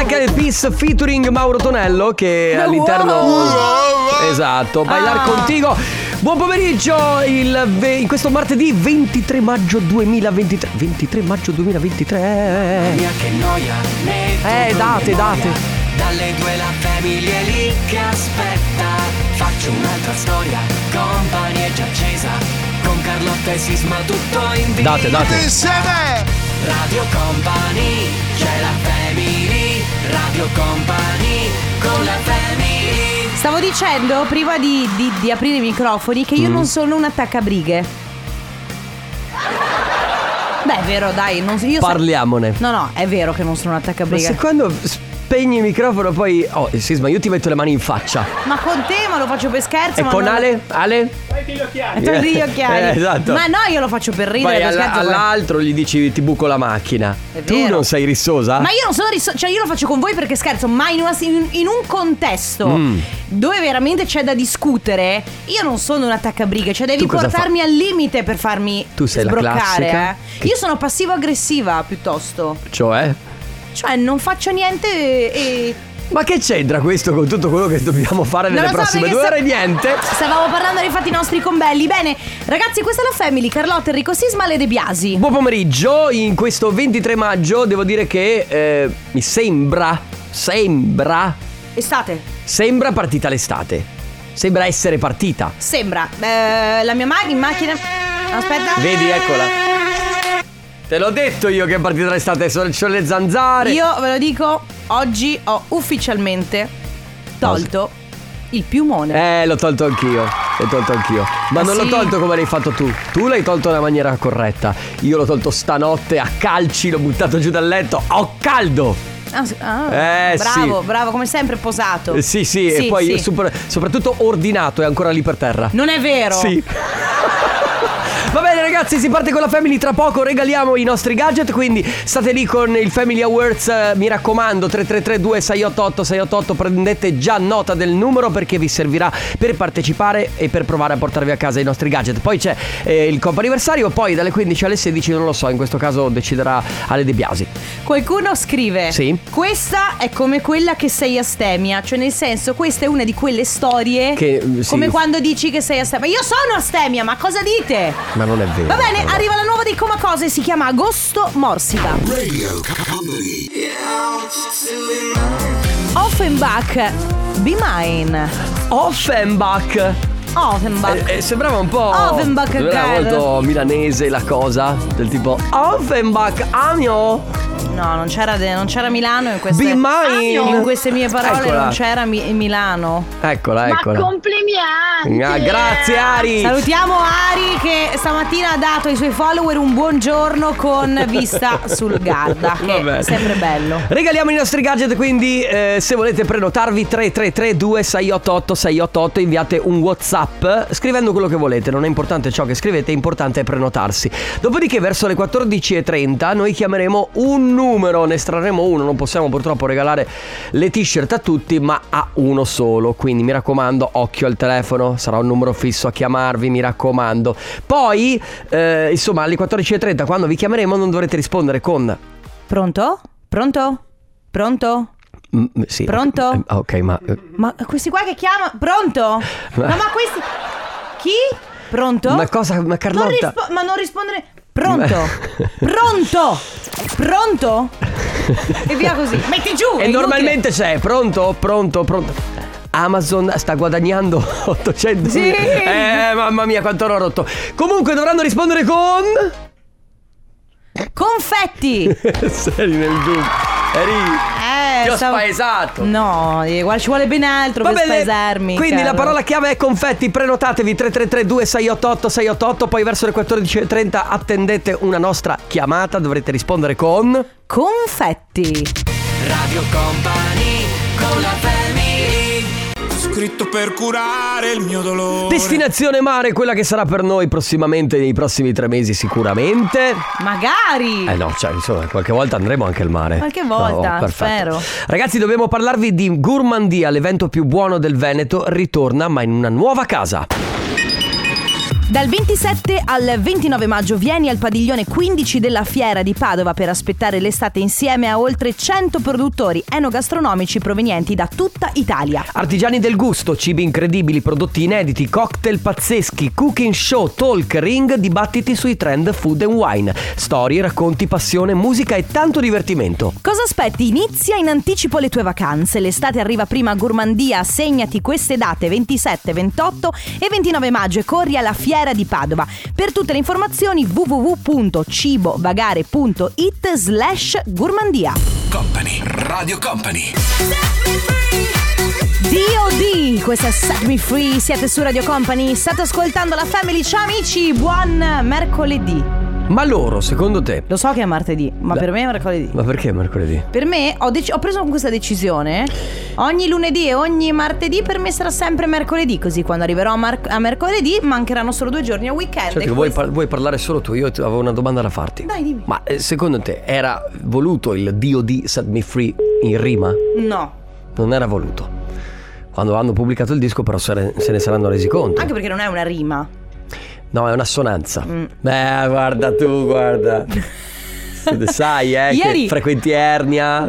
Black Eyed Peas featuring Mauro Tonello, che all'interno esatto, Bailar Contigo. Buon pomeriggio in questo martedì 23 maggio 2023. 23 maggio 2023. Mia che noia, date. Dalle 2 la famiglia è lì che aspetta. Faccio un'altra storia, compagnia è già accesa. Con Carlotta e Sisma tutto in diretta. Date. Insieme! Radio Company, c'è la family. Radio Company, con la family. Stavo dicendo prima di aprire i microfoni che io non sono un attaccabrighe. Beh, è vero, dai, Parliamone. No, è vero che non sono un Ma attaccabrighe. se quando spegni il microfono poi Sisma, io ti metto le mani in faccia. Ma con te, ma lo faccio per scherzo. E ma con non... Ale? Togli gli occhiali. Esatto. Ma no, io lo faccio per ridere. Poi per scherzo, all'altro gli dici ti buco la macchina. È Tu vero. non sei rissosa? Ma io non sono cioè io lo faccio con voi perché scherzo. Ma in un contesto dove veramente c'è da discutere, io non sono un attaccabrighe. Cioè devi Tu cosa portarmi al limite per farmi Tu sei la sbroccare, classica Io sono passivo-aggressiva piuttosto. Cioè non faccio niente e... Ma che c'entra questo con tutto quello che dobbiamo fare nelle prossime 2 ore? Niente. Stavamo parlando dei fatti nostri combelli. Bene, ragazzi, questa è la family. Carlotta, Enrico Sisma, Le De Biasi. Buon pomeriggio. In questo 23 maggio devo dire che mi sembra partita l'estate. Sembra essere partita. Sembra. La mia macchina. Aspetta. Vedi, eccola. Te l'ho detto io che è partita l'estate. C'ho le zanzare. Io ve lo dico, oggi ho ufficialmente tolto il piumone. L'ho tolto anch'io. Ma non l'ho tolto come l'hai fatto tu. Tu l'hai tolto nella maniera corretta. Io l'ho tolto stanotte a calci. L'ho buttato giù dal letto. Ho caldo. Bravo, come sempre posato. Sì, e poi soprattutto ordinato. È ancora lì per terra. Non è vero. Sì. Va bene ragazzi, si parte con la family. Tra poco regaliamo i nostri gadget, quindi state lì con il Family Awards. Mi raccomando, 333-2688-688. Prendete già nota del numero perché vi servirà per partecipare e per provare a portarvi a casa i nostri gadget. Poi c'è il comp'anniversario. Poi dalle 15 alle 16 non lo so, in questo caso deciderà Ale De Biasi. Qualcuno scrive: sì, questa è come quella che sei astemia. Cioè nel senso, questa è una di quelle storie che, come quando dici che sei astemia. Io sono astemia, ma cosa dite? Ma non è vero. Va bene, arriva la nuova dei Comacose, si chiama Agosto Morsica. Radio Company. Offenbach, Be Mine. Offenbach. Sembrava un po'. Offenbach, sembrava molto milanese la cosa. Del tipo Offenbach, Amio. No, non c'era Milano in queste. Be mine. In queste mie parole. Eccola. Non c'era Milano. Eccola. Ma complimenti! Grazie Ari. Salutiamo Ari che stamattina ha dato ai suoi follower un buongiorno con vista sul Garda, che è sempre bello. Regaliamo i nostri gadget, quindi se volete prenotarvi 333-2688-688, inviate un WhatsApp scrivendo quello che volete. Non è importante ciò che scrivete, è importante prenotarsi. Dopodiché verso le 14:30 noi chiameremo un numero, ne estrarremo uno. Non possiamo purtroppo regalare le t-shirt a tutti, ma a uno solo. Quindi mi raccomando, occhio al telefono, sarà un numero fisso a chiamarvi, mi raccomando. Poi insomma alle 14:30 quando vi chiameremo non dovrete rispondere con Pronto? sì. Pronto? Ok, ma questi qua che chiamano? Pronto? No, ma questi... Chi? Pronto? Ma cosa? Ma Carlotta? non rispondere... Pronto? E via così. Metti giù. E normalmente c'è pronto. Amazon sta guadagnando 800. Sì. Mamma mia quanto l'ho rotto. Comunque dovranno rispondere con confetti. Sei nel dubbio. Ti ho spaesato. No, ci vuole ben altro per spaesarmi. Quindi caro. la parola chiave è confetti. Prenotatevi 333-2688-688. Poi verso le 14:30 attendete una nostra chiamata. Dovrete rispondere con confetti. Radio Company con la family. Scritto per curare il mio dolore. Destinazione mare, quella che sarà per noi prossimamente, nei prossimi 3 mesi sicuramente. Magari. No, cioè insomma qualche volta andremo anche al mare. Qualche volta, spero. Ragazzi, dobbiamo parlarvi di Gourmandia. L'evento più buono del Veneto ritorna, ma in una nuova casa. Dal 27 al 29 maggio vieni al padiglione 15 della Fiera di Padova per aspettare l'estate insieme a oltre 100 produttori enogastronomici provenienti da tutta Italia. Artigiani del gusto, cibi incredibili, prodotti inediti, cocktail pazzeschi, cooking show, talk, ring, dibattiti sui trend food and wine, storie, racconti, passione, musica e tanto divertimento. Cosa aspetti? Inizia in anticipo le tue vacanze. L'estate arriva prima a Gourmandia. Segnati queste date 27, 28 e 29 maggio e corri alla Fiera di Padova. Per tutte le informazioni www.cibovagare.it/Gourmandia. Company, Radio Company. D.O.D. Questa è Set Me Free. Siete su Radio Company, state ascoltando la Family. Ciao amici, buon mercoledì. Ma loro, secondo te? Lo so che è martedì, ma per me è mercoledì. Ma perché mercoledì? Per me ho preso questa decisione. Ogni lunedì e ogni martedì per me sarà sempre mercoledì. Così quando arriverò a mercoledì mancheranno solo 2 giorni a weekend. Certo che vuoi parlare solo tu. Io avevo una domanda da farti. Dai, dimmi. Ma secondo te era voluto il D.O.D. Set Me Free in rima? No. Non era voluto. Quando hanno pubblicato il disco però se ne saranno resi conto. Anche perché non è una rima. No, è un'assonanza. Guarda tu, guarda. Sai, Ieri... che frequenti Ernia.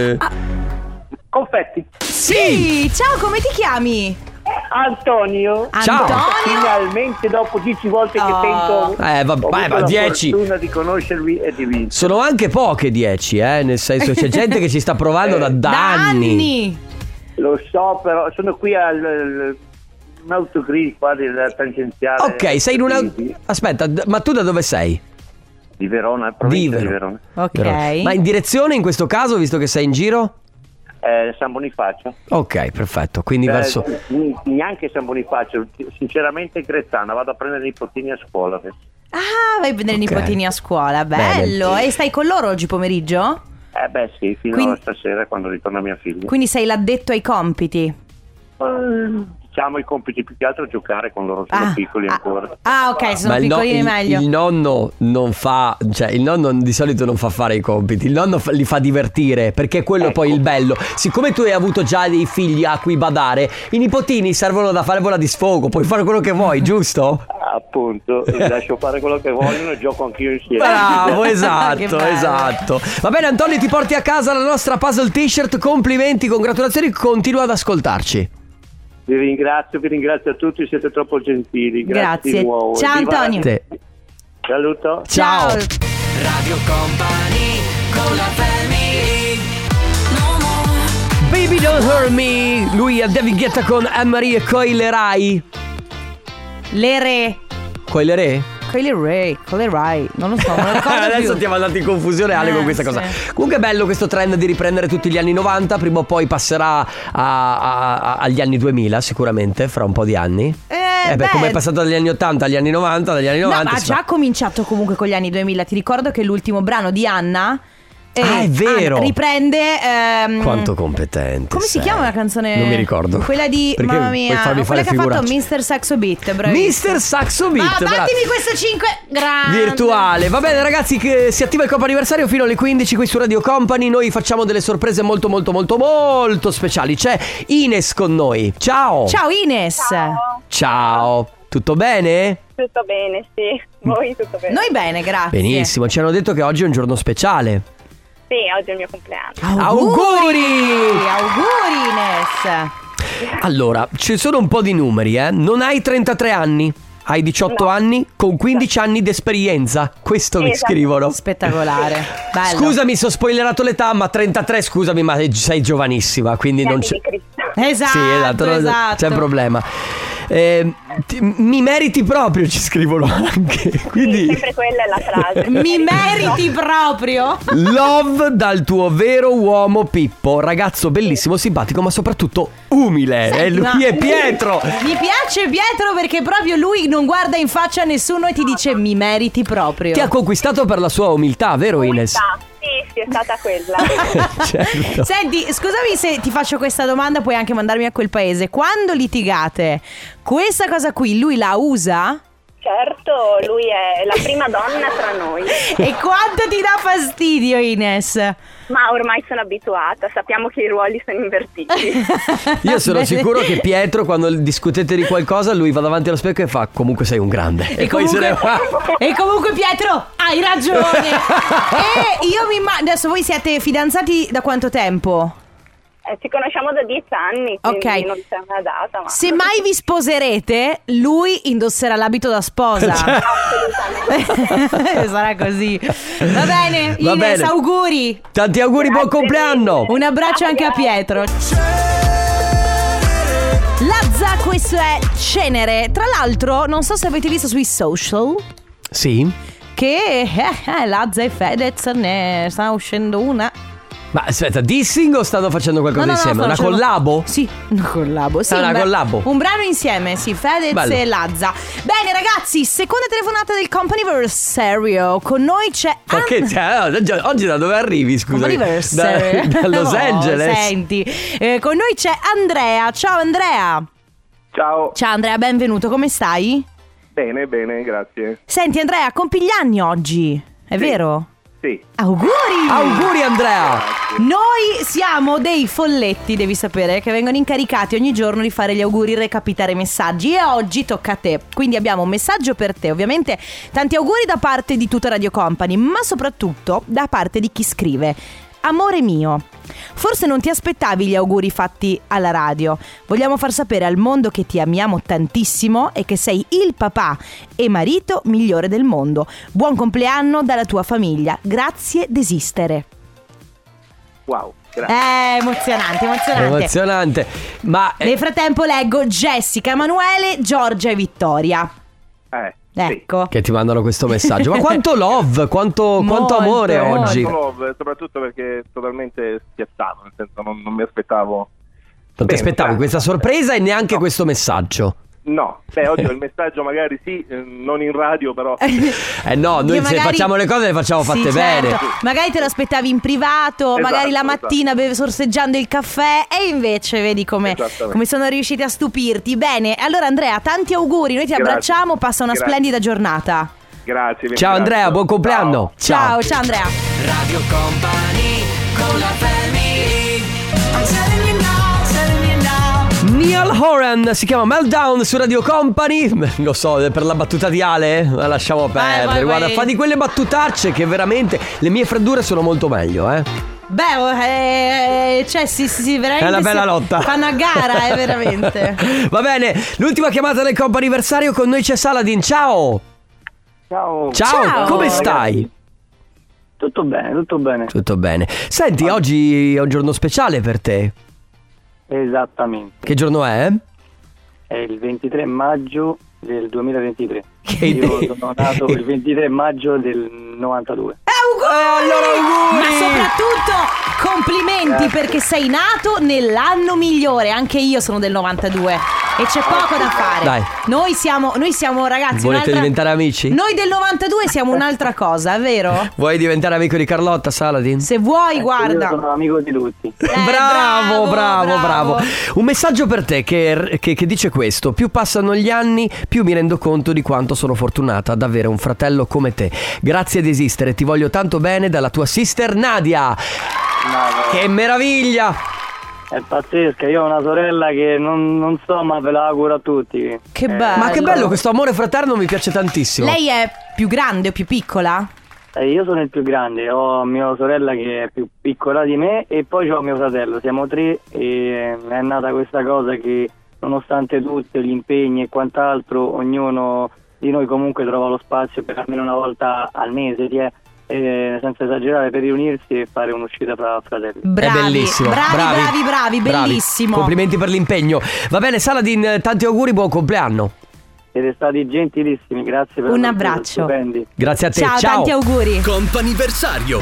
Confetti. Sì, ciao, come ti chiami? Antonio. Ciao. Antonio. Finalmente dopo 10 volte che tento. Vabbè, ma 10. Ho avuto la fortuna di conoscervi e di vincere. Sono anche poche 10, nel senso c'è gente che ci sta provando da anni. Lo so, però sono qui al un autogrill qua della tangenziale. Ok, sei in un aspetta, ma tu da dove sei? Di Verona, provincia di Verona. Ok. Verona. Ma in direzione in questo caso, visto che sei in giro? San Bonifacio. Ok, perfetto. Quindi verso neanche San Bonifacio, sinceramente Grezzana, vado a prendere i nipotini a scuola adesso. Ah, vai a prendere i nipotini a scuola, bello. Bene. E stai con loro oggi pomeriggio? Beh sì, fino a stasera quando ritorna mia figlia. Quindi sei l'addetto ai compiti? Diciamo i compiti più che altro giocare con loro, sono piccoli ancora. Ok, sono piccolini meglio. Il nonno non fa, cioè il nonno di solito non fa fare i compiti, il nonno li fa divertire, perché quello è poi il bello. Siccome tu hai avuto già dei figli a cui badare, i nipotini servono da fare vola di sfogo, puoi fare quello che vuoi, giusto? Appunto, lascio fare quello che vogliono e gioco anch'io insieme. Bravo, Che esatto, bello. esatto. Va bene Antonio, ti porti a casa la nostra puzzle t-shirt, complimenti, congratulazioni, continua ad ascoltarci. Vi ringrazio a tutti, siete troppo gentili. Grazie di nuovo. Ciao Viva Antonio. Sì. Saluto. Ciao. Radio Company con la Family. Baby Don't Hurt Me. Lui è David Guetta con Anne-Marie e Coyle Rai. Le re. Coyle Rai? Coyle Rai. Non lo so, non lo ricordo Adesso più. ti ha mandato in confusione Ale con questa cosa. Comunque è bello questo trend di riprendere tutti gli anni 90. Prima o poi passerà agli anni 2000 sicuramente, fra un po' di anni. Come è passato dagli anni 80 agli anni 90, dagli anni 90 No, ma ha già cominciato comunque con gli anni 2000. Ti ricordo che l'ultimo brano di Anna è vero. Riprende Quanto competente. come si chiama la canzone? Non mi ricordo. Quella di Perché mamma mia, puoi farmi quella fare che ha fatto figuracce. Mr. Saxo Beat, bravissimo. Mr. Saxo Beat, Ma battimi questo 5 grande virtuale. Va bene ragazzi, che si attiva il Coppa Anniversario fino alle 15 qui su Radio Company. Noi facciamo delle sorprese molto molto molto molto speciali. C'è Ines con noi. Ciao. Ciao Ines. Ciao. Tutto bene? Tutto bene, sì. Voi tutto bene? Noi bene, grazie. Benissimo, ci hanno detto che oggi è un giorno speciale. Sì, oggi è il mio compleanno. Auguri! Auguri Ines. Allora, ci sono un po' di numeri, Non hai 33 anni, hai 18 anni con 15 anni di esperienza. Questo mi Esatto. scrivono. Spettacolare. Bello. Scusami se ho spoilerato l'età, ma 33, scusami, ma sei giovanissima, quindi non c'è. Di Cristo. Esatto, Sì, esatto, non esatto. c'è un problema. Mi meriti proprio, ci scrivono anche. Quindi Sempre quella è la frase. Mi meriti proprio. love dal tuo vero uomo Pippo, ragazzo bellissimo, simpatico, ma soprattutto umile. E lui ma- è Pietro. Mi piace Pietro perché proprio lui non guarda in faccia a nessuno e ti dice mi meriti proprio. Ti ha conquistato per la sua umiltà, vero Ines? Sì, è stata quella. Certo. Senti, scusami se ti faccio questa domanda, puoi anche mandarmi a quel paese. Quando litigate, questa cosa qui lui la usa? Certo. soprattutto lui è la prima donna tra noi. E quanto ti dà fastidio, Ines? Ma ormai sono abituata, sappiamo che i ruoli sono invertiti. Io sono sicuro che Pietro, quando discutete di qualcosa, lui va davanti allo specchio e fa: comunque sei un grande. E poi se ne va. E comunque Pietro, hai ragione. E io adesso voi siete fidanzati da quanto tempo? Ci conosciamo da 10 anni, quindi non c'è una data. Ma... Se mai vi sposerete, lui indosserà l'abito da sposa. Assolutamente. Sarà così. Va bene, Va Ines, bene. auguri. Tanti auguri, buon compleanno. Un abbraccio anche a Pietro. Lazza, questo è Cenere. Tra l'altro, non so se avete visto sui social Sì. che Lazza e Fedez ne sta uscendo una. Ma aspetta, dissing o stanno facendo qualcosa insieme? Una collabo? Sì, una collabo. Sì, una collabo. Un brano insieme, sì, Fedez Bello. e Lazza. Bene ragazzi, seconda telefonata del Companyversario. Con noi c'è Ma che oggi da dove arrivi, scusa? Companyversario. Da Los Angeles. Senti, con noi c'è Andrea. Ciao Andrea. Ciao. Ciao Andrea, benvenuto, come stai? Bene, grazie. Senti Andrea, compi gli anni oggi, è vero? Sì. Auguri! Auguri Andrea. Noi siamo dei folletti, devi sapere, che vengono incaricati ogni giorno di fare gli auguri, recapitare messaggi, e oggi tocca a te. Quindi abbiamo un messaggio per te, ovviamente tanti auguri da parte di tutta Radio Company, ma soprattutto da parte di chi scrive: amore mio, forse non ti aspettavi gli auguri fatti alla radio. Vogliamo far sapere al mondo che ti amiamo tantissimo e che sei il papà e marito migliore del mondo. Buon compleanno dalla tua famiglia. Grazie d'esistere. Wow, grazie. Emozionante. Ma Nel frattempo leggo Jessica, Emanuele, Giorgia e Vittoria. Ecco. che ti mandano questo messaggio. Ma quanto love, quanto amore oggi. Love, soprattutto perché totalmente spiazzato, nel senso non mi aspettavo. Non ti aspettavi questa sorpresa e neanche questo messaggio. No, oggi ho il messaggio magari sì, non in radio però. No, noi se facciamo le cose le facciamo fatte bene. Magari te lo aspettavi in privato, magari la mattina sorseggiando il caffè, e invece vedi come sono riusciti a stupirti. Bene, allora Andrea, tanti auguri, noi ti abbracciamo, passa una splendida giornata. Grazie. Ciao Andrea, buon compleanno. Ciao Andrea. Radio Company con la family. Niall Horan si chiama Meltdown su Radio Company. Lo so, per la battuta di Ale la lasciamo perdere. Vai. Guarda, fa di quelle battutacce che veramente le mie freddure sono molto meglio, Beh, cioè sì, veramente è una bella lotta. Fanno a gara, veramente. Va bene, l'ultima chiamata del comp'anniversario, con noi c'è Saladin. Ciao. Ciao. Come stai? Tutto bene. Tutto bene. Senti, oggi è un giorno speciale per te. Esattamente. Che giorno è? È il 23 maggio del 2023. Che Io sono nato il 23 maggio del 92. Allora auguri! Ma soprattutto complimenti, perché sei nato nell'anno migliore. Anche io sono del 92 e c'è poco da fare. Dai. Noi siamo ragazzi. Volete diventare amici? Noi del 92 siamo un'altra cosa, è vero? Vuoi diventare amico di Carlotta, Saladin? Se vuoi, guarda. Io sono amico di tutti. Bravo. Un messaggio per te che dice questo: più passano gli anni, più mi rendo conto di quanto sono fortunata ad avere un fratello come te. Grazie di esistere, ti voglio tanto bene, dalla tua sister Nadia. Che meraviglia! È pazzesca, io ho una sorella che non so, ma ve la auguro a tutti. Che bello. Ma che bello, questo amore fraterno mi piace tantissimo. Lei è più grande o più piccola? Io sono il più grande, ho mia sorella che è più piccola di me e poi ho mio fratello, siamo tre, e è nata questa cosa che nonostante tutto gli impegni e quant'altro, ognuno di noi comunque trova lo spazio per almeno una volta al mese, senza esagerare, per riunirsi e fare un'uscita fra fratelli. Bravi, è bellissimo. bravi, bellissimo. Complimenti per l'impegno. Va bene, Saladin, tanti auguri, buon compleanno. Siete stati gentilissimi, grazie per un tutti, abbraccio. stupendi. Grazie a te. Ciao, tanti auguri. Comp'anniversario.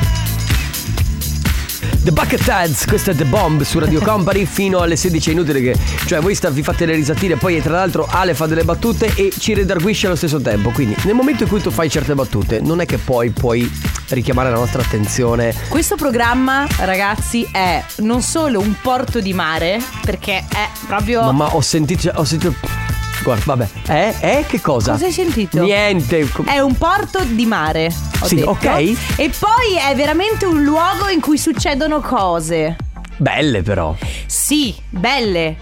The Bucketheads, questo è The Bomb su Radio Company fino alle 16. È inutile che, cioè, voi vi fate le risatine, poi tra l'altro Ale fa delle battute e ci redarguisce allo stesso tempo. Quindi nel momento in cui tu fai certe battute non è che poi puoi richiamare la nostra attenzione. Questo programma, ragazzi, è non solo un porto di mare, perché è proprio Ma ho sentito Guarda, vabbè. Che cosa? Cosa hai sentito? Niente. È un porto di mare. Ho Sì, detto. ok. E poi è veramente un luogo in cui succedono cose. Belle però. Sì, belle.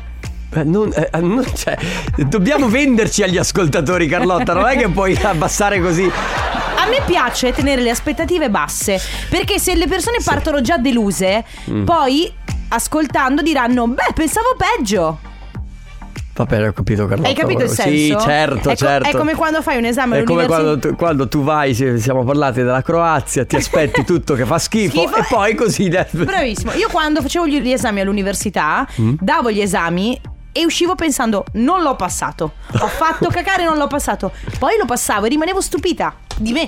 Cioè, dobbiamo venderci agli ascoltatori, Carlotta. Non è che puoi abbassare così. A me piace tenere le aspettative basse, perché se le persone partono già deluse, poi ascoltando diranno: beh, pensavo peggio. Va bene, ho capito, Carlotta. Hai capito il senso? Sì, certo, certo. È come quando fai un esame all'università. È come quando tu vai, siamo parlati della Croazia, ti aspetti tutto che fa schifo. E poi così. Bravissimo. Io quando facevo gli esami all'università, davo gli esami e uscivo pensando: non l'ho passato. Ho fatto cacare, non l'ho passato. Poi lo passavo e rimanevo stupita di me.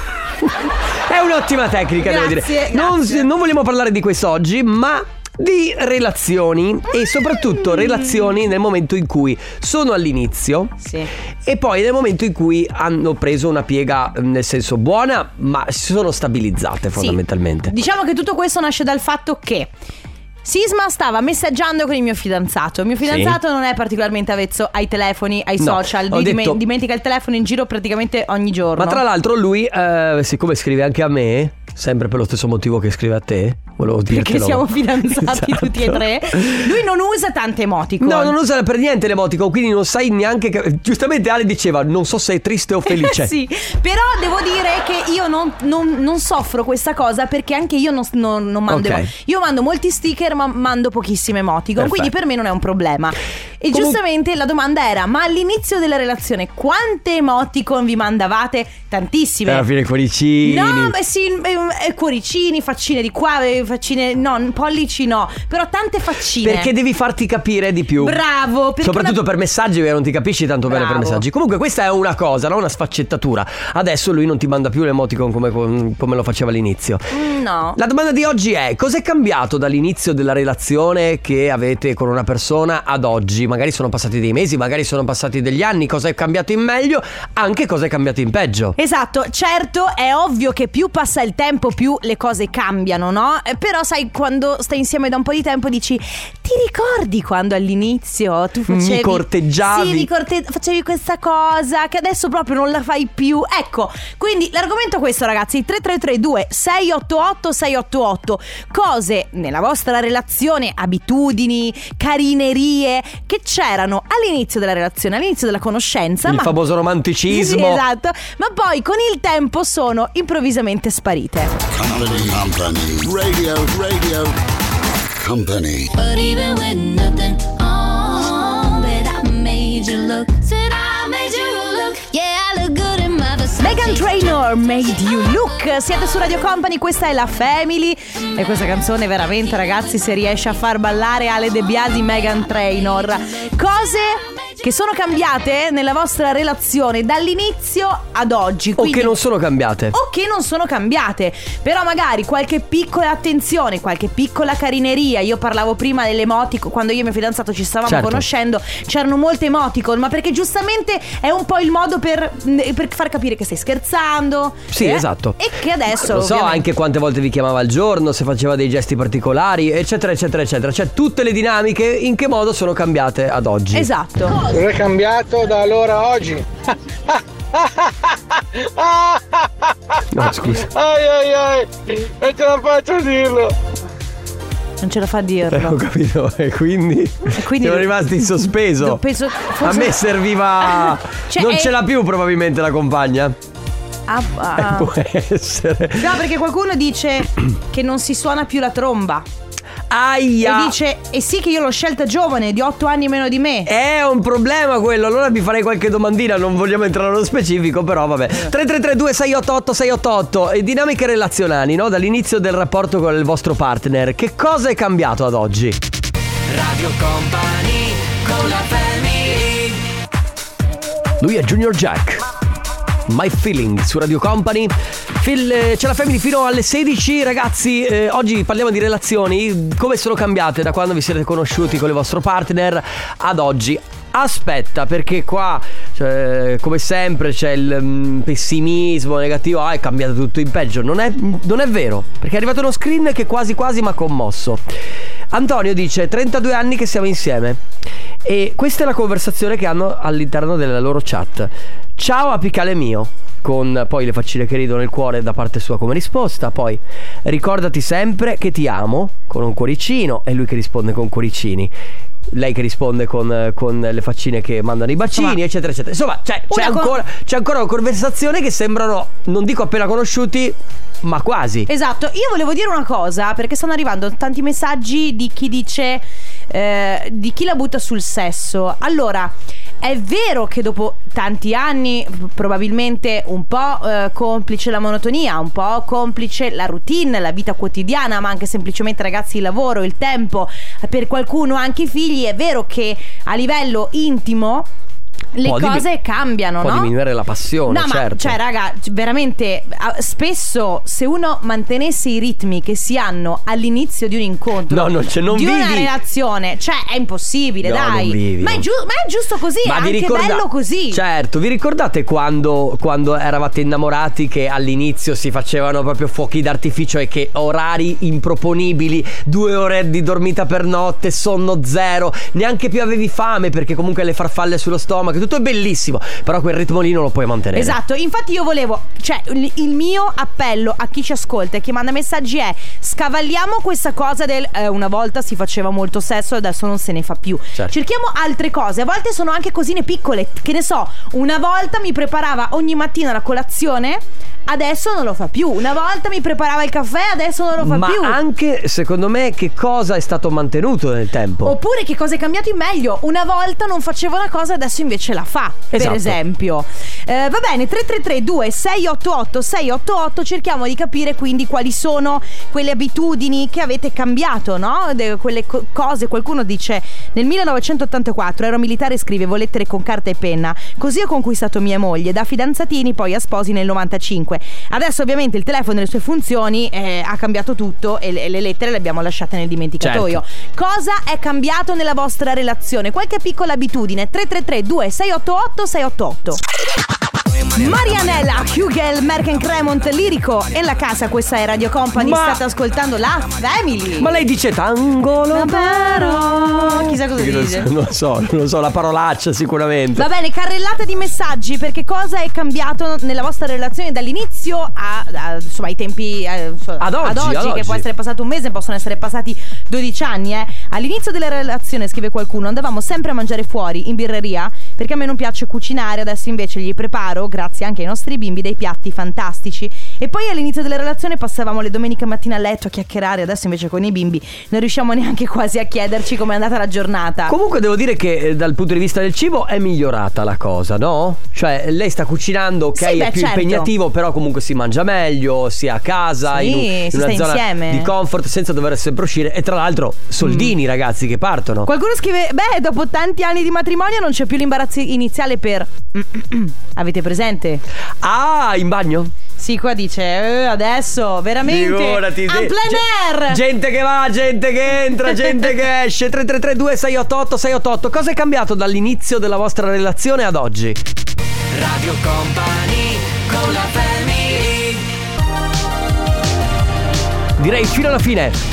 È un'ottima tecnica, devo dire. Grazie. Non vogliamo parlare di questo oggi, ma di relazioni, e soprattutto relazioni nel momento in cui sono all'inizio, sì, e poi nel momento in cui hanno preso una piega, nel senso buona, ma si sono stabilizzate fondamentalmente. Sì. Diciamo che tutto questo nasce dal fatto che Sisma stava messaggiando con il mio fidanzato. Il mio fidanzato non è particolarmente avvezzo ai telefoni, ai social. Lui dimentica il telefono in giro praticamente ogni giorno. Ma tra l'altro lui, siccome scrive anche a me, sempre per lo stesso motivo che scrive a te, volevo dirtelo. Perché siamo fidanzati tutti e tre. Lui non usa tante emoticon. No, non usa per niente l'emoticon, quindi non sai neanche giustamente Ale diceva: non so se è triste o felice. Sì, però devo dire che io non soffro questa cosa, perché anche io non mando io mando molti sticker, ma mando pochissime emoticon. Perfetto. Quindi per me non è un problema. E giustamente la domanda era: ma all'inizio della relazione quante emoticon vi mandavate? Tantissime. Alla fine cuoricini. No, beh sì, cuoricini, faccine di qua, faccine, no, pollici no, però tante faccine. Perché devi farti capire di più. Bravo. Soprattutto per messaggi, non ti capisci tanto bene per messaggi. Comunque questa è una cosa, no? Una sfaccettatura. Adesso lui non ti manda più l'emoticon come lo faceva all'inizio. No. La domanda di oggi è: cos'è cambiato dall'inizio della relazione che avete con una persona ad oggi? Magari sono passati dei mesi, magari sono passati degli anni. Cosa è cambiato in meglio? Anche cosa è cambiato in peggio? Esatto, certo, è ovvio che più passa il tempo più le cose cambiano, no? Però sai, quando stai insieme da un po' di tempo dici: ti ricordi quando all'inizio tu facevi, mi corteggiavi? Sì, facevi questa cosa che adesso proprio non la fai più. Ecco, quindi l'argomento è questo, ragazzi. 3332 688 688. Cose nella vostra relazione, abitudini, carinerie che c'erano all'inizio della relazione, all'inizio della conoscenza, il famoso romanticismo. Sì, esatto. Ma poi con il tempo sono improvvisamente sparite. Company. Radio Company. But even with nothing on, but I made you look. Said I made you look. Yeah, I look good in my Versace. Meghan Trainor, Made You Look. Siete su Radio Company, questa è la Family. E questa canzone veramente, ragazzi, se riesce a far ballare Ale De Biasi, Meghan Trainor. Cose che sono cambiate nella vostra relazione dall'inizio ad oggi. O che non sono cambiate. Però magari qualche piccola attenzione, qualche piccola carineria. Io parlavo prima delle emoticon. Quando io e mio fidanzato ci stavamo conoscendo, c'erano molte emoticon, ma perché giustamente è un po' il modo per far capire che stai scherzando. Sì, esatto. E che adesso lo so, ovviamente, anche quante volte vi chiamava al giorno, se faceva dei gesti particolari, eccetera eccetera eccetera. Cioè tutte le dinamiche in che modo sono cambiate ad oggi. Esatto. È cambiato da allora a oggi. No, scusa. Ai, non ce la faccio a dirlo. Non ce la fa a dirlo. Ho capito, e quindi siamo rimasti in sospeso. Penso, a me serviva cioè, non ce l'ha più probabilmente la compagna. Può essere. No, perché qualcuno dice che non si suona più la tromba. Aia. E dice: e sì, che io l'ho scelta giovane, di 8 anni meno di me. È un problema quello. Allora vi farei qualche domandina. Non vogliamo entrare nello specifico, però vabbè. 3332 688 688. E dinamiche relazionali, no? Dall'inizio del rapporto con il vostro partner. Che cosa è cambiato ad oggi? Radio Company con la Family. Lui è Junior Jack, My Feeling su Radio Company. C'è la Family fino alle 16, ragazzi. Oggi parliamo di relazioni, come sono cambiate da quando vi siete conosciuti con il vostro partner ad oggi. Aspetta, perché qua come sempre c'è il pessimismo negativo. È cambiato tutto in peggio. Non è vero, perché è arrivato uno screen che quasi quasi mi ha commosso. Antonio dice: 32 anni che siamo insieme E questa è la conversazione che hanno all'interno della loro chat. Ciao apicale mio, con poi le faccine che ridono il cuore da parte sua come risposta. Poi ricordati sempre che ti amo, con un cuoricino, e lui che risponde con cuoricini, lei che risponde con le faccine che mandano i bacini, eccetera eccetera. Insomma c'è ancora una conversazione che sembrano, non dico appena conosciuti, ma quasi. Esatto. Io volevo dire una cosa, perché stanno arrivando tanti messaggi di chi dice di chi la butta sul sesso. Allora, è vero che dopo tanti anni, probabilmente un po' complice la monotonia, un po' complice la routine, la vita quotidiana, ma anche semplicemente, ragazzi, il lavoro, il tempo, per qualcuno anche i figli, è vero che a livello intimo le cose cambiano, può no? diminuire la passione, no, certo. Ma cioè, raga, veramente spesso, se uno mantenesse i ritmi che si hanno all'inizio di un incontro, non di vivi. Una relazione, cioè è impossibile, no, dai. Non vivi, ma è giusto così, ma è anche bello così. Certo, vi ricordate quando eravate innamorati che all'inizio si facevano proprio fuochi d'artificio e che orari improponibili, 2 ore di dormita per notte, sonno zero, neanche più avevi fame perché comunque le farfalle sullo stomaco, tutto è bellissimo, però quel ritmo lì non lo puoi mantenere. Esatto, infatti io volevo, cioè il mio appello a chi ci ascolta e chi manda messaggi è: scavalliamo questa cosa del una volta si faceva molto sesso e adesso non se ne fa più. Certo. Cerchiamo altre cose, a volte sono anche cosine piccole, che ne so, una volta mi preparava ogni mattina la colazione, adesso non lo fa più. Una volta mi preparava il caffè, adesso non lo fa più. Ma anche, secondo me, che cosa è stato mantenuto nel tempo. Oppure che cosa è cambiato in meglio. Una volta non faceva una cosa, adesso invece la fa. Esatto. Per esempio va bene, 333-2688-688. Cerchiamo di capire quindi quali sono quelle abitudini che avete cambiato, no? Quelle cose. Qualcuno dice: nel 1984 ero militare e scrivevo lettere con carta e penna, così ho conquistato mia moglie, da fidanzatini poi a sposi nel 95. Adesso ovviamente il telefono e le sue funzioni ha cambiato tutto e le lettere le abbiamo lasciate nel dimenticatoio. Certo. Cosa è cambiato nella vostra relazione? Qualche piccola abitudine. 333-2688-688. Marianella, Hugel, Merken Cremont, Lirico e la casa. Questa è Radio Company. State ascoltando la Family. Ma lei dice tangolo però chissà cosa dice. Non lo so, la parolaccia sicuramente. Va bene, carrellata di messaggi, perché cosa è cambiato nella vostra relazione dall'inizio insomma ai tempi ad oggi, che può essere passato un mese, possono essere passati 12 anni. All'inizio della relazione, scrive qualcuno, andavamo sempre a mangiare fuori in birreria perché a me non piace cucinare, adesso invece gli preparo, grazie anche ai nostri bimbi, dei piatti fantastici. E poi all'inizio della relazione passavamo le domeniche mattina a letto a chiacchierare, adesso invece con i bimbi non riusciamo neanche quasi a chiederci com'è andata la giornata. Comunque devo dire che dal punto di vista del cibo è migliorata la cosa, no? Cioè lei sta cucinando, ok, sì, è più certo. impegnativo, però comunque si mangia meglio, si è a casa, sì, in una zona insieme di comfort, senza dover sempre uscire. E tra l'altro soldini, ragazzi, che partono. Qualcuno scrive: beh, dopo tanti anni di matrimonio non c'è più l'imbarazzo iniziale per avete presente? Ah, in bagno? Sì, qua dice adesso veramente figurati, a plein air. Gente che va, gente che entra, gente che esce. 333-2688-688. Cosa è cambiato dall'inizio della vostra relazione ad oggi? Radio Company con la Family. Direi fino alla fine.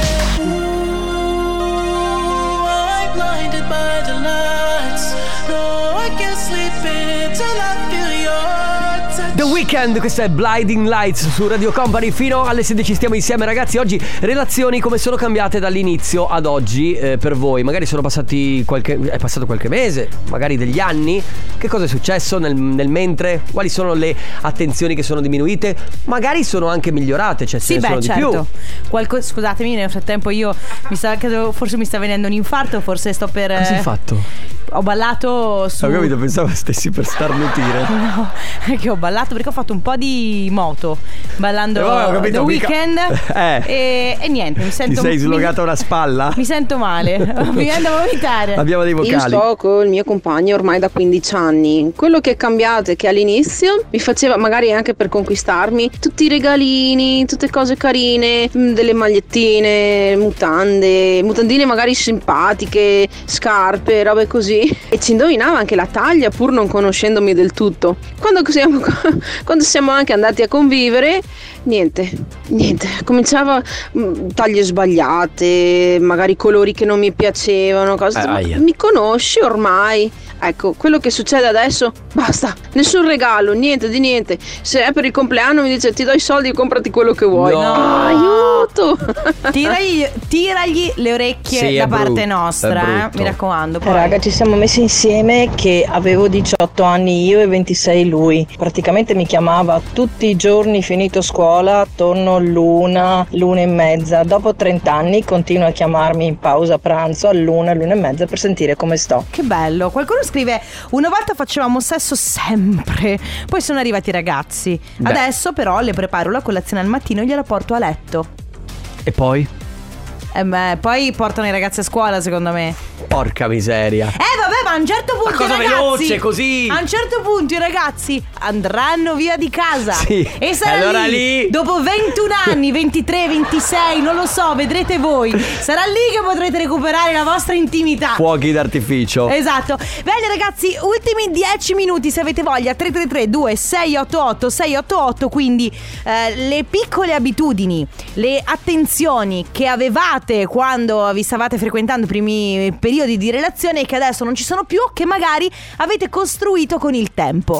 The Weeknd, questa è Blinding Lights su Radio Company. Fino alle 16 stiamo insieme, ragazzi. Oggi relazioni come sono cambiate dall'inizio ad oggi per voi. Magari è passato qualche mese, magari degli anni. Che cosa è successo nel mentre? Quali sono le attenzioni che sono diminuite? Magari sono anche migliorate, cioè sì, sono certo. di più. Scusatemi, nel frattempo io forse mi sta venendo un infarto, forse sto per... Cosa hai fatto? Ho ballato su... Ho capito, pensavo stessi per starnutire. No, è che ho ballato perché ho fatto un po' di moto ballando The Weeknd e niente, mi sento... Ti sei slogata una spalla? Mi sento male, mi viene da vomitare. Abbiamo dei vocali. Io sto con il mio compagno ormai da 15 anni. Quello che è cambiato è che all'inizio mi faceva, magari anche per conquistarmi, tutti i regalini, tutte cose carine, delle magliettine, mutandine magari simpatiche, scarpe, robe così. E ci indovinava anche la taglia pur non conoscendomi del tutto. Quando siamo anche andati a convivere niente. Cominciava taglie sbagliate, magari colori che non mi piacevano, cose. Mi conosci ormai. Ecco, quello che succede adesso, basta, nessun regalo, niente di niente. Se è per il compleanno mi dice ti do i soldi e comprati quello che vuoi. No. Aiuto! Tiragli le orecchie da parte nostra, mi raccomando. Poi. Raga, ci siamo messi insieme che avevo 18 anni io e 26 lui. Praticamente mi chiamava tutti i giorni finito scuola, attorno l'una e mezza. Dopo 30 anni continua a chiamarmi in pausa pranzo all'una e mezza per sentire come sto. Che bello. Qualcuno scrive: una volta facevamo sesso sempre, poi sono arrivati i ragazzi. Adesso però le preparo la colazione al mattino e gliela porto a letto. E poi? Poi portano i ragazzi a scuola, secondo me. Porca miseria. Vabbè, ma a un certo punto ma cosa i ragazzi, veloce così? a un certo punto i ragazzi andranno via di casa. Sì. E sarà allora lì dopo 21 anni, 23, 26, non lo so, vedrete voi. Sarà lì che potrete recuperare la vostra intimità. Fuochi d'artificio. Esatto. Bene ragazzi, ultimi 10 minuti se avete voglia. 333-2688-688. Quindi le piccole abitudini, le attenzioni che avevate quando vi stavate frequentando i primi periodi di relazione e che adesso non ci sono più, che magari avete costruito con il tempo.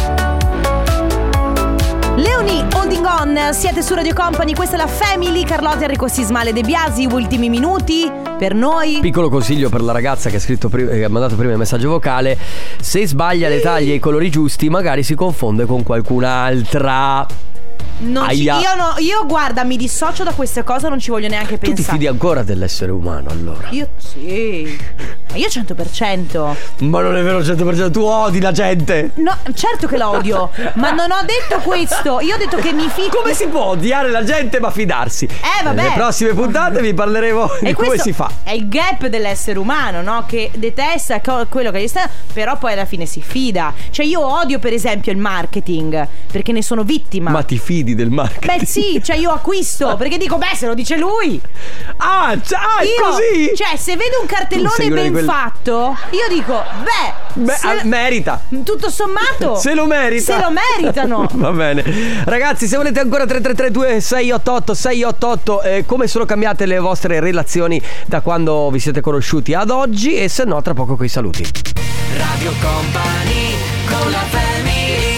Leoni, Holding On, siete su Radio Company, questa è la Family, Carlotta, Enrico Sismale, De Biasi, ultimi minuti per noi. Piccolo consiglio per la ragazza che ha scritto che ha mandato prima il messaggio vocale: se sbaglia le taglie e i colori giusti magari si confonde con qualcun'altra. Io guarda, mi dissocio da queste cose, non ci voglio neanche pensare. Tu ti fidi ancora dell'essere umano allora? Io sì. Ma io 100%. Ma non è vero 100%, tu odi la gente. No, certo che la odio. Ma non ho detto questo. Io ho detto che mi fido. Come si può odiare la gente ma fidarsi? Vabbè. Nelle prossime puntate vi parleremo di come si fa. È il gap dell'essere umano, no? Che detesta quello che gli sta, però poi alla fine si fida. Cioè io odio per esempio il marketing, perché ne sono vittima. Ma ti fidi del marketing? Beh sì, cioè io acquisto perché dico se lo dice lui. Io, così? Cioè se vedo un cartellone ben fatto, io dico merita. Tutto sommato se lo merita. Se lo meritano. Va bene. Ragazzi, se volete ancora 333-2688-688 come sono cambiate le vostre relazioni da quando vi siete conosciuti ad oggi, e se no tra poco coi saluti. Radio Company con la Family.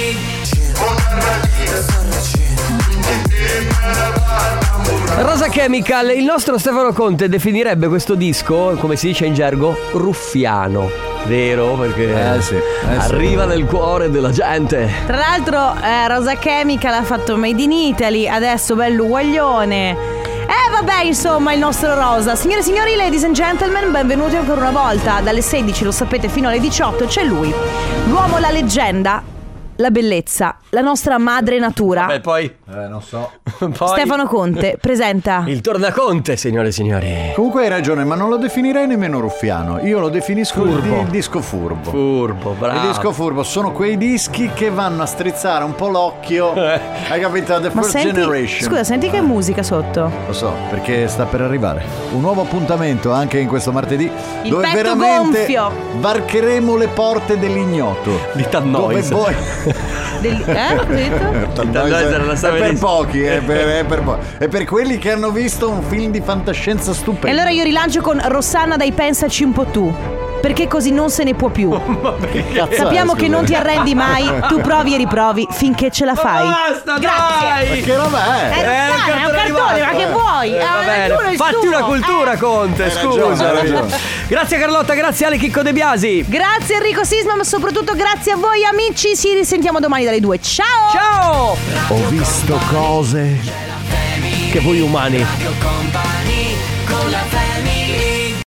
Rosa Chemical, il nostro Stefano Conte definirebbe questo disco, come si dice in gergo, ruffiano. Vero? Perché arriva nel cuore della gente. Tra l'altro Rosa Chemical ha fatto Made in Italy, adesso bello uguaglione. Vabbè, insomma, il nostro Rosa. Signore e signori, ladies and gentlemen, benvenuti ancora una volta. Dalle 16, lo sapete, fino alle 18 c'è lui, l'uomo, la leggenda, la bellezza, la nostra madre natura. Beh, poi non so. Stefano Conte presenta il Tornaconte, signore e signori. Comunque hai ragione, ma non lo definirei nemmeno ruffiano. Io lo definisco il disco furbo. Furbo, bravo. Il disco furbo sono quei dischi che vanno a strizzare un po' l'occhio. Hai capito? The First Generation. Scusa, senti che musica sotto? Lo so, perché sta per arrivare un nuovo appuntamento anche in questo martedì, dove petto veramente gonfio. Varcheremo le porte dell'ignoto. Di Tannoise. Dove voi è per pochi, è per quelli che hanno visto un film di fantascienza stupendo. E allora io rilancio con Rossana dai Pensaci un po' tu, perché così non se ne può più. Sappiamo che non ti arrendi mai, tu provi e riprovi finché ce la fai. Basta, grazie. dai. Ma che roba è? È un cartone, ma che vuoi? Va bene. Fatti una cultura, Conte, scusa. Grazie Carlotta, grazie Ale Chicco De Biasi. Grazie Enrico Sisma, ma soprattutto grazie a voi amici. Ci risentiamo domani dalle 2. Ciao. Ciao. Ho visto cose che voi umani